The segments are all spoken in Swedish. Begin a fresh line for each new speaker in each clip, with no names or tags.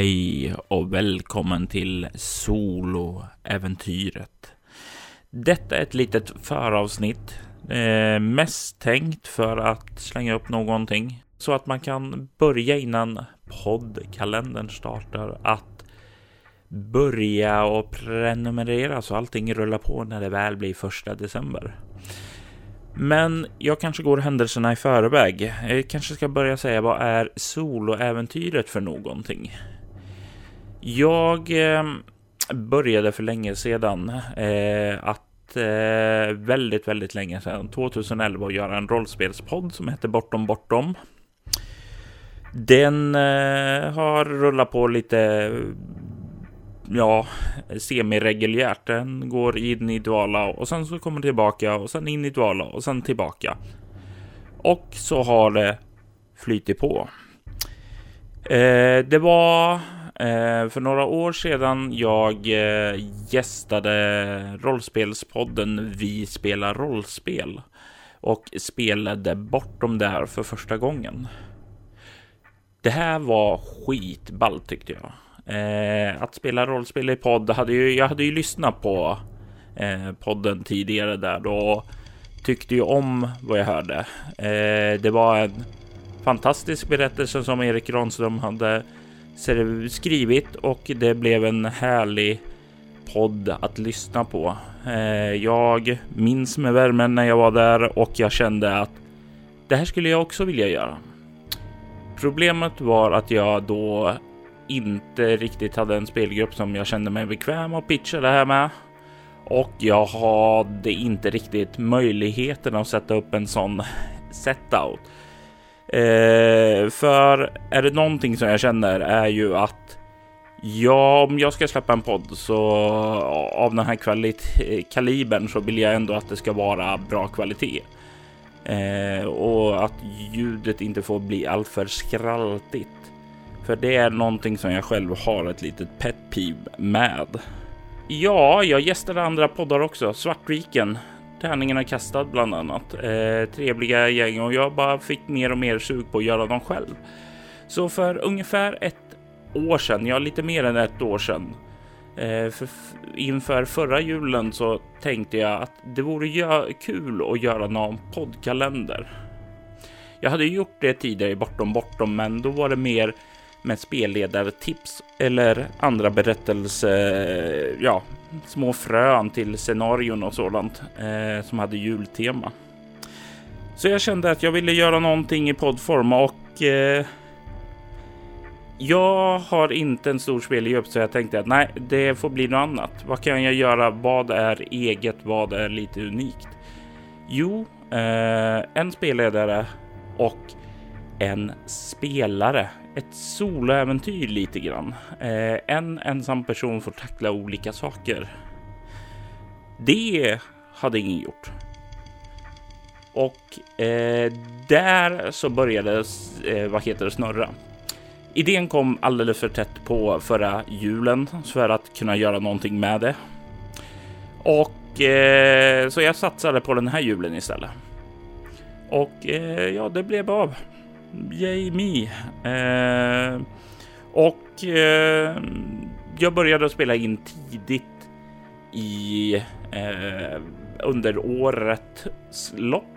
Hej och välkommen till Soloäventyret. Detta är ett litet föravsnitt. Mest tänkt för att slänga upp någonting så att man kan börja innan poddkalendern startar att börja och prenumerera så allting rullar på när det väl blir 1 december. Men jag kanske går händelserna i förväg. Jag kanske ska börja säga vad är soloäventyret för någonting. Jag började för länge sedan väldigt länge sedan 2011 att göra en rollspelspodd som heter Bortom. Den har rullat på lite semi-reguljärt. Den går in i dvala och sen så kommer tillbaka och sen in i dvala och sen tillbaka. Och så har det flyttit på. Det var för några år sedan jag gästade rollspelspodden Vi spelar rollspel och spelade Bortom där för första gången. Det här var skitball tyckte jag. Att spela rollspel i podd jag hade ju lyssnat på podden tidigare där då, tyckte ju om vad jag hörde. Det var en fantastisk berättelse som Erik Granström hade skrivit och det blev en härlig podd att lyssna på. Jag minns med värmen när jag var där och jag kände att det här skulle jag också vilja göra. Problemet var att jag då inte riktigt hade en spelgrupp som jag kände mig bekväm att pitcha det här med. Och jag hade inte riktigt möjligheten att sätta upp en sån setout. För är det någonting som jag känner är ju att om jag ska släppa en podd så av den här kalibern så vill jag ändå att det ska vara bra kvalitet. Och att ljudet inte får bli allt för skraltigt. För det är någonting som jag själv har ett litet pet peeve med. Ja, jag gästade andra poddar också. Svartviken, Tärningen är kastad bland annat. Trevliga gäng och jag bara fick mer och mer sug på att göra dem själv. Så för ungefär ett år sedan, lite mer än ett år sedan. Inför förra julen så tänkte jag att det vore kul att göra någon poddkalender. Jag hade gjort det tidigare i Bortom, men då var det mer med spelledartips eller andra berättelser, små frön till scenarion och sådant som hade jultema. Så jag kände att jag ville göra någonting i poddform och jag har inte en stor spelgrupp så jag tänkte att nej, det får bli något annat. Vad kan jag göra? Vad är eget? Vad är lite unikt? Jo, en spelledare och en spelare. Ett soloäventyr lite grann. En ensam person får tackla olika saker. Det hade ingen gjort. Och där så började snurra. Idén kom alldeles för tätt på förra julen för att kunna göra någonting med det. Och så jag satsade på den här julen istället. Och det blev av. Yay me. Jag började spela in tidigt under årets lopp.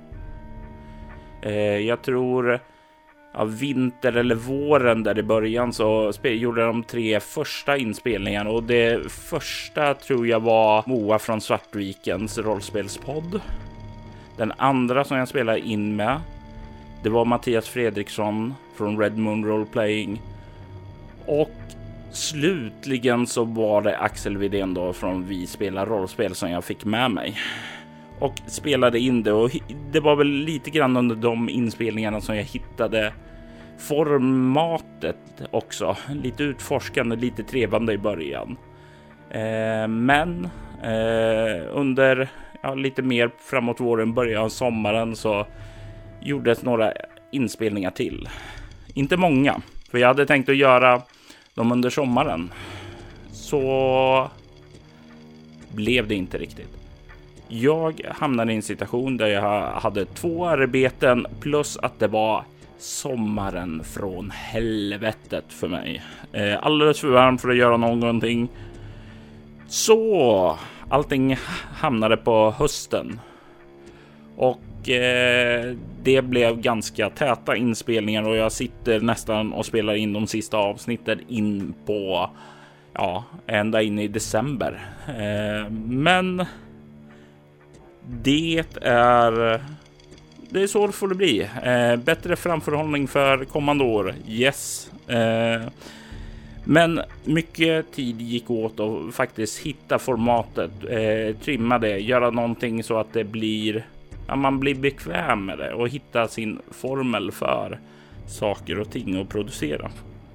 Jag tror vinter eller våren där i början så gjorde de 3 första inspelningarna och det första tror jag var Moa från Svartvikens rollspelspodd. Den andra som jag spelade in med det var Mattias Fredriksson från Red Moon Roleplaying och slutligen så var det Axel Widén då från Vi spelar rollspel som jag fick med mig och spelade in det och det var väl lite grann under de inspelningarna som jag hittade formatet också. Lite utforskande, lite trevande i början. Men under lite mer framåt våren, början av sommaren så gjordes några inspelningar till. Inte många, för jag hade tänkt att göra dem under sommaren. Så blev det inte riktigt. Jag hamnade i en situation där jag hade 2 arbeten plus att det var sommaren från helvetet för mig. Alldeles för varmt för att göra någonting. Så allting hamnade på hösten. Och det blev ganska täta inspelningar och jag sitter nästan och spelar in de sista avsnitten in på ända in i december. Men det är så det får det bli. Bättre framförhållning för kommande år. Yes. Men mycket tid gick åt att faktiskt hitta formatet, trimma det, göra någonting så att det blir, man blir bekväm med det och hitta sin formel för saker och ting att producera.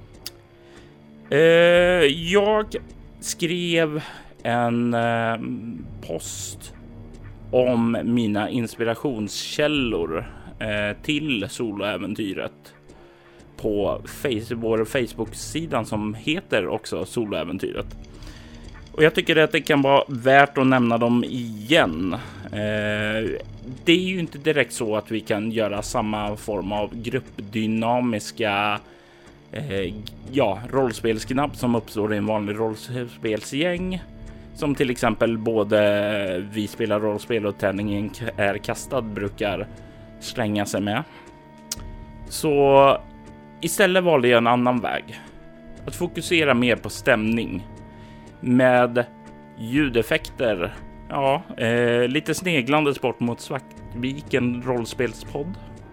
Jag skrev en post om mina inspirationskällor till soloäventyret på vår Facebook-sidan som heter också Soloäventyret. Och jag tycker att det kan vara värt att nämna dem igen. Det är ju inte direkt så att vi kan göra samma form av gruppdynamiska rollspelsknapp som uppstår i en vanlig rollspelsgäng. Som till exempel både Vi spelar rollspel och Tärningen är kastad brukar slänga sig med. Så istället valde jag en annan väg. Att fokusera mer på stämning. Med ljudeffekter. Lite sneglande bort mot Svartviken rollspelspodd.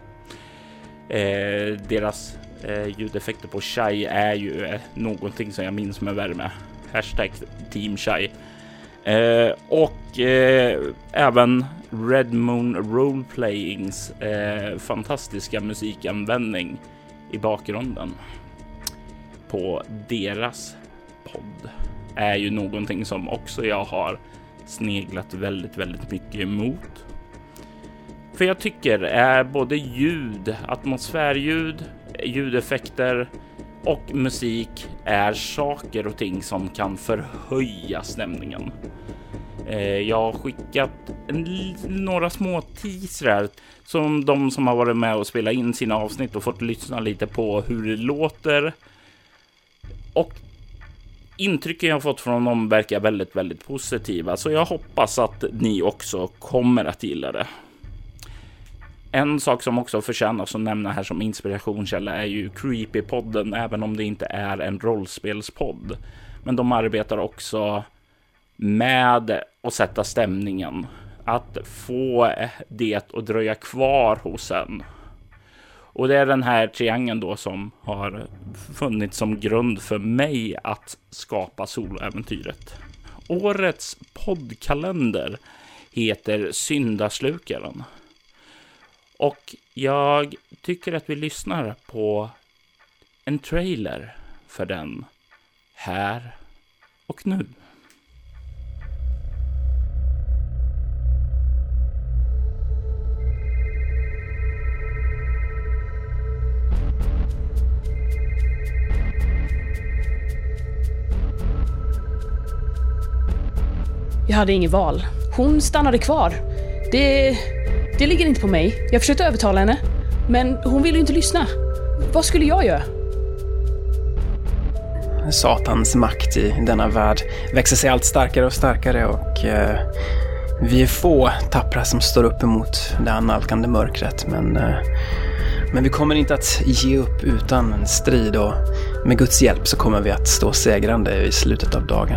Deras ljudeffekter på Shy är ju någonting som jag minns med värme. #Team Shy. Och även Red Moon Roleplayings fantastiska musikanvändning i bakgrunden på deras podd är ju någonting som också jag har sneglat väldigt, väldigt mycket emot. För jag tycker både ljud, atmosfärljud, ljudeffekter och musik är saker och ting som kan förhöja stämningen. Jag har skickat några små teasrar som de som har varit med och spelat in sina avsnitt och fått lyssna lite på hur det låter. Och intrycken jag har fått från dem verkar väldigt, väldigt positiva. Så jag hoppas att ni också kommer att gilla det. En sak som också förtjänar att nämna här som inspirationskälla är ju Creepypodden, även om det inte är en rollspelspodd. Men de arbetar också med att sätta stämningen. Att få det att dröja kvar hos en. Och det är den här triangeln då som har funnits som grund för mig att skapa soloäventyret. Årets poddkalender heter Syndaslukaren. Och jag tycker att vi lyssnar på en trailer för den här och nu.
Jag hade inget val. Hon stannade kvar. Det ligger inte på mig. Jag försökte övertala henne. Men hon ville ju inte lyssna. Vad skulle jag göra?
Satans makt i denna värld växer sig allt starkare och starkare och vi är få tappra som står upp emot det annalkande mörkret. Men vi kommer inte att ge upp utan en strid och med Guds hjälp så kommer vi att stå segrande i slutet av dagen.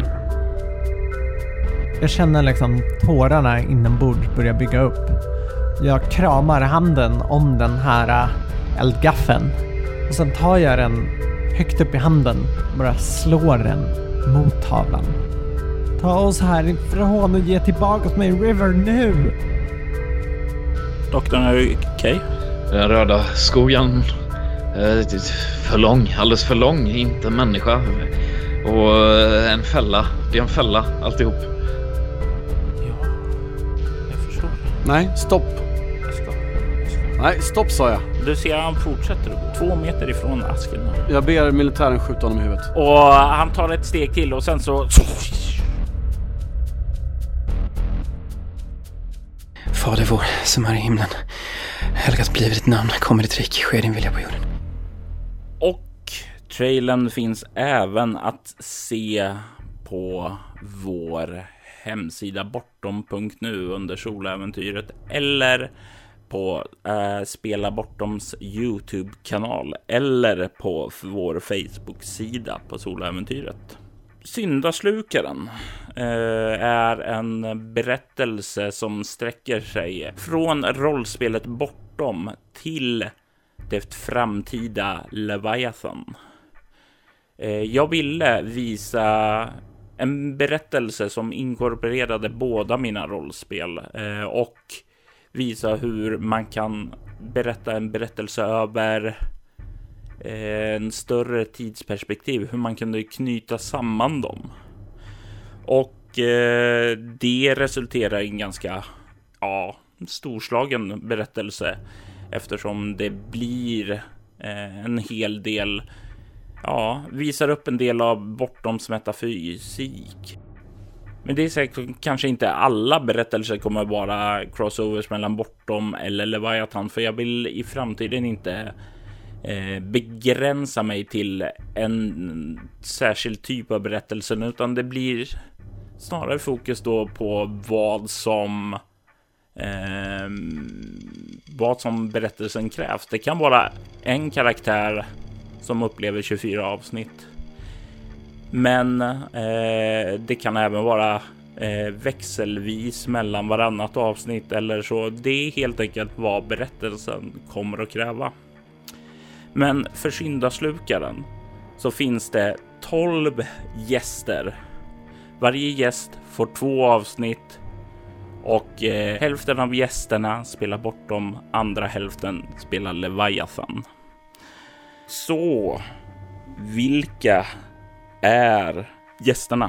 Jag känner liksom tårarna inombords börja bygga upp. Jag kramar handen om den här eldgaffeln. Och sen tar jag den högt upp i handen och bara slår den mot tavlan. Ta oss härifrån och ge tillbaka åt mig River nu!
Doktorn är okej.
Den röda skogen för lång, alldeles för lång, inte en människa. Och en fälla, det är en fälla alltihop.
Ja, jag förstår.
Nej, stopp.
Jag ska.
Nej, stopp sa jag.
Du ser, han fortsätter att gå 2 meter ifrån asken.
Jag ber militären skjuta honom i huvudet.
Och han tar ett steg till och sen så...
Fader vår som är i himlen. Helgat blir ditt namn, kommer ditt rike, sker din vilja på jorden.
Och trailern finns även att se på vår hemsida bortom.nu under Soläventyret eller på Spela Bortoms YouTube-kanal eller på vår Facebook-sida på Soläventyret. Syndaslukaren är en berättelse som sträcker sig från rollspelet Bortom till det framtida Leviathan. Jag ville visa en berättelse som inkorporerade båda mina rollspel och visa hur man kan berätta en berättelse över en större tidsperspektiv, hur man kunde knyta samman dem. Och det resulterar i en ganska storslagen berättelse, eftersom det blir en hel del, visar upp en del av Bortoms metafysik. Men det är säkert kanske inte alla berättelser kommer vara crossovers mellan Bortom eller Leviathan, för jag vill i framtiden inte begränsa mig till en särskild typ av berättelsen, utan det blir snarare fokus då på vad som berättelsen krävs. Det kan vara en karaktär som upplever 24 avsnitt, men det kan även vara växelvis mellan varannat avsnitt eller så. Det är helt enkelt vad berättelsen kommer att kräva. Men för syndaslukaren så finns det 12 gäster. Varje gäst får 2 avsnitt och hälften av gästerna spelar Bortom, andra hälften spelar Leviathan. Så vilka är gästerna?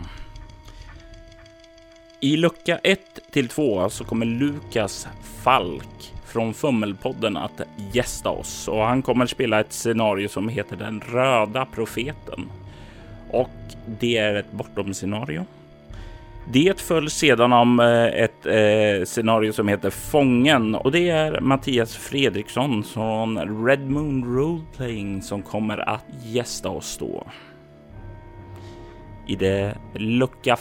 I lucka 1-2 så kommer Lukas Falk från Fummelpodden att gästa oss, och han kommer spela ett scenario som heter Den röda profeten, och det är ett Bortom-scenario. Det följs sedan om ett scenario som heter Fången, och det är Mattias Fredriksson från Red Moon Roleplaying som kommer att gästa oss då. I det lucka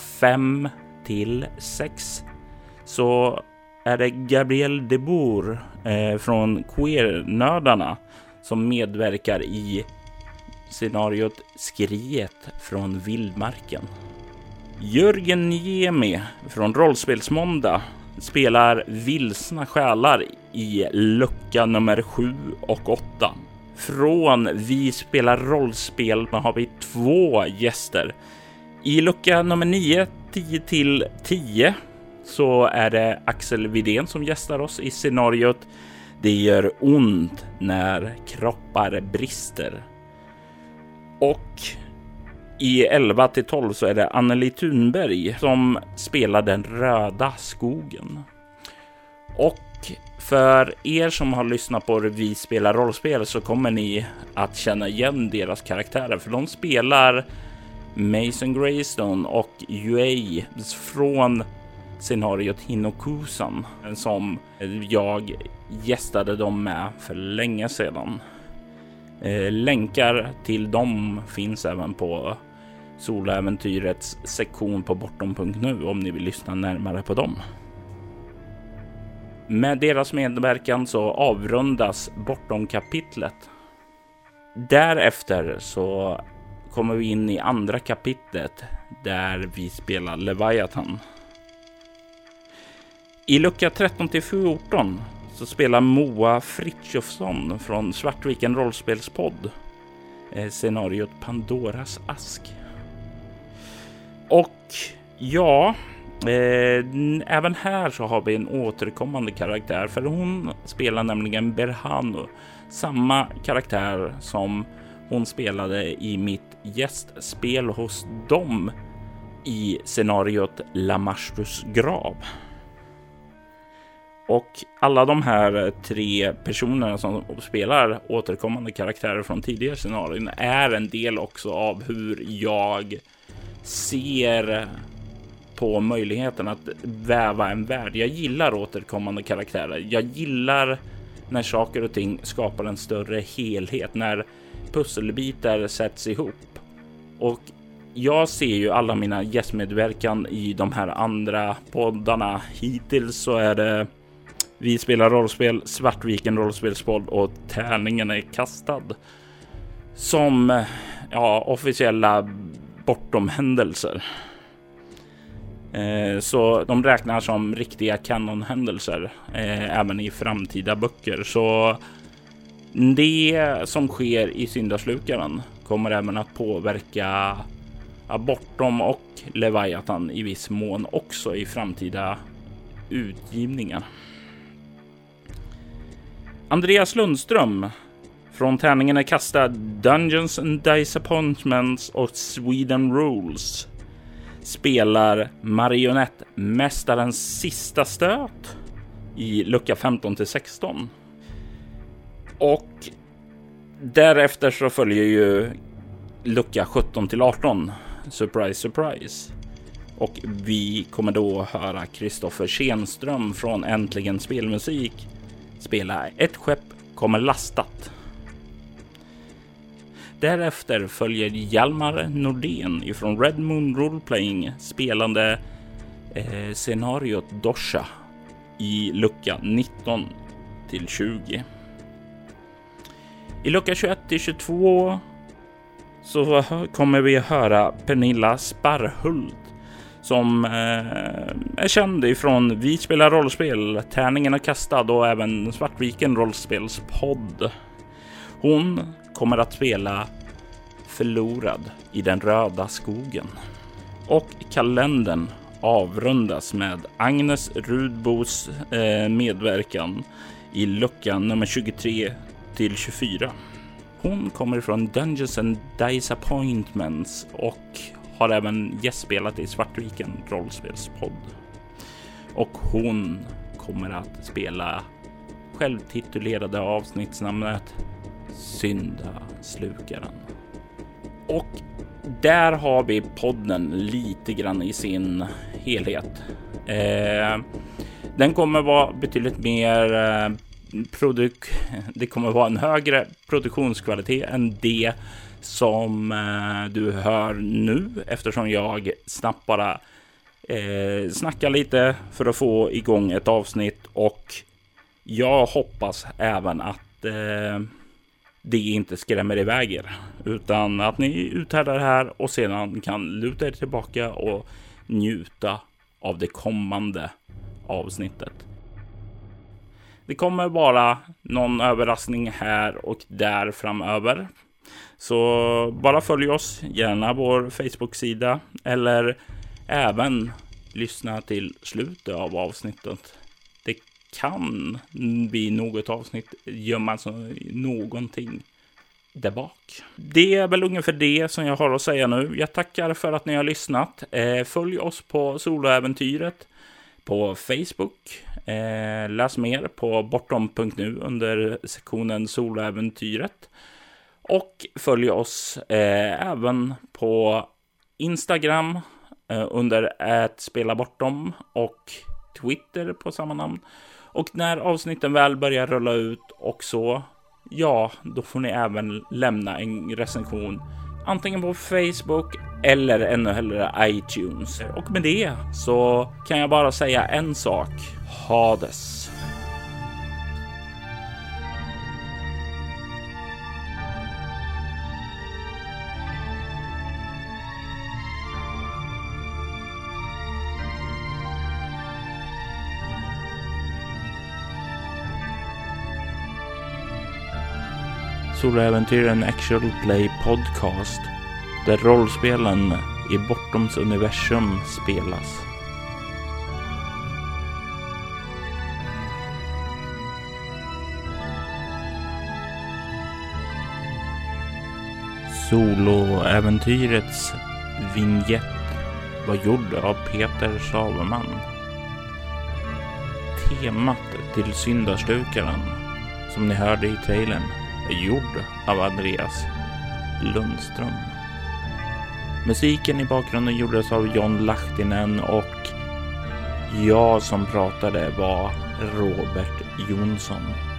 5-6 så är det Gabriel Debour från Queer-nördarna som medverkar i scenariot Skriet från Vildmarken. Jörgen Niemi från Rollspelsmåndag spelar vilsna själar i lucka nummer 7 och 8. Från Vi spelar rollspel har vi 2 gäster. I lucka nummer 9-10 så är det Axel Widén som gästar oss i scenariot Det gör ont när kroppar brister. Och i 11-12 så är det Anneli Thunberg som spelar Den röda skogen. Och för er som har lyssnat på Vi spelar rollspel så kommer ni att känna igen deras karaktärer, för de spelar Mason Greystone och Yuei från scenariot Hinokusan som jag gästade dem med för länge sedan. Länkar till dem finns även på Soläventyrets sektion på bortom.nu om ni vill lyssna närmare på dem. Med deras medverkan så avrundas Bortom-kapitlet. Därefter så kommer vi in i andra kapitlet där vi spelar Leviathan. I lucka 13-14 så spelar Moa Fritjofsson från Svartviken rollspelspodd scenariot Pandoras ask. Och även här så har vi en återkommande karaktär, för hon spelar nämligen Berhanu, samma karaktär som hon spelade i mitt gästspel hos dem i scenariot Lamastus grav. Och alla de här 3 personerna som spelar återkommande karaktärer från tidigare scenarion är en del också av hur jag ser på möjligheten att väva en värld. Jag gillar återkommande karaktärer. Jag gillar när saker och ting skapar en större helhet, när pusselbitar sätts ihop. Och jag ser ju alla mina gästmedverkan i de här andra poddarna. Hittills så är det Vi spelar rollspel, Svartviken rollspelspodd och Tärningen är kastad som officiella bortomhändelser. Så de räknar som riktiga kanonhändelser även i framtida böcker. Så det som sker i Syndaslukaren kommer även att påverka Bortom och Leviathan i viss mån också i framtida utgivningar. Andreas Lundström från Tärningen är kastad, Dungeons and Disappointments och Sweden Rules spelar marionettmästarens sista stöt i lucka 15-16. Och därefter så följer ju lucka 17-18. Surprise, surprise. Och vi kommer då höra Kristoffer Schenström från Äntligen Spelmusik spela Ett skepp kommer lastat. Därefter följer Hjalmar Nordén ifrån Red Moon Roleplaying spelande scenariot Dosha i lucka 19-20. I lucka 21-22 så kommer vi höra Pernilla Sparhult som är känd ifrån Vi spelar rollspel, Tärningen är kastad och även Svartviken rollspelspodd. Hon kommer att spela Förlorad i den röda skogen. Och kalendern avrundas med Agnes Rudbos medverkan i luckan nummer 23-24. Hon kommer från Dungeons and Disappointments och har även gästspelat i Svartviken rollspelspodd. Och hon kommer att spela självtitulerade avsnittsnamnet Syndaslukaren. Och där har vi podden lite grann i sin helhet. Den kommer vara betydligt mer det kommer vara en högre produktionskvalitet än det som du hör nu, eftersom jag snabbt bara snackar lite för att få igång ett avsnitt. Och jag hoppas även att det inte skrämmer iväg er, utan att ni uthärdar det här och sedan kan luta er tillbaka och njuta av det kommande avsnittet. Det kommer bara någon överraskning här och där framöver. Så bara följ oss, gärna vår Facebook-sida eller även lyssna till slutet av avsnittet. Det kan bli något avsnitt, gör man så någonting där bak. Det är väl ungefär det som jag har att säga nu. Jag tackar för att ni har lyssnat. Följ oss på Soloäventyret på Facebook. Läs mer på bortom.nu under sektionen Soloäventyret. Och följ oss även på Instagram under @spelabortom och Twitter på samma namn. Och när avsnitten väl börjar rulla ut och så, då får ni även lämna en recension antingen på Facebook eller ännu hellre iTunes. Och med det så kan jag bara säga en sak. Hades. Soloäventyr är en actual play podcast där rollspelen i Bortoms universum spelas. Soloäventyrets vignett var gjord av Peter Saveman. Temat till Syndaslukaren, som ni hörde i trailern, är gjord av Andreas Lundström. Musiken i bakgrunden gjordes av John Lahtinen och jag som pratade var Robert Jonsson.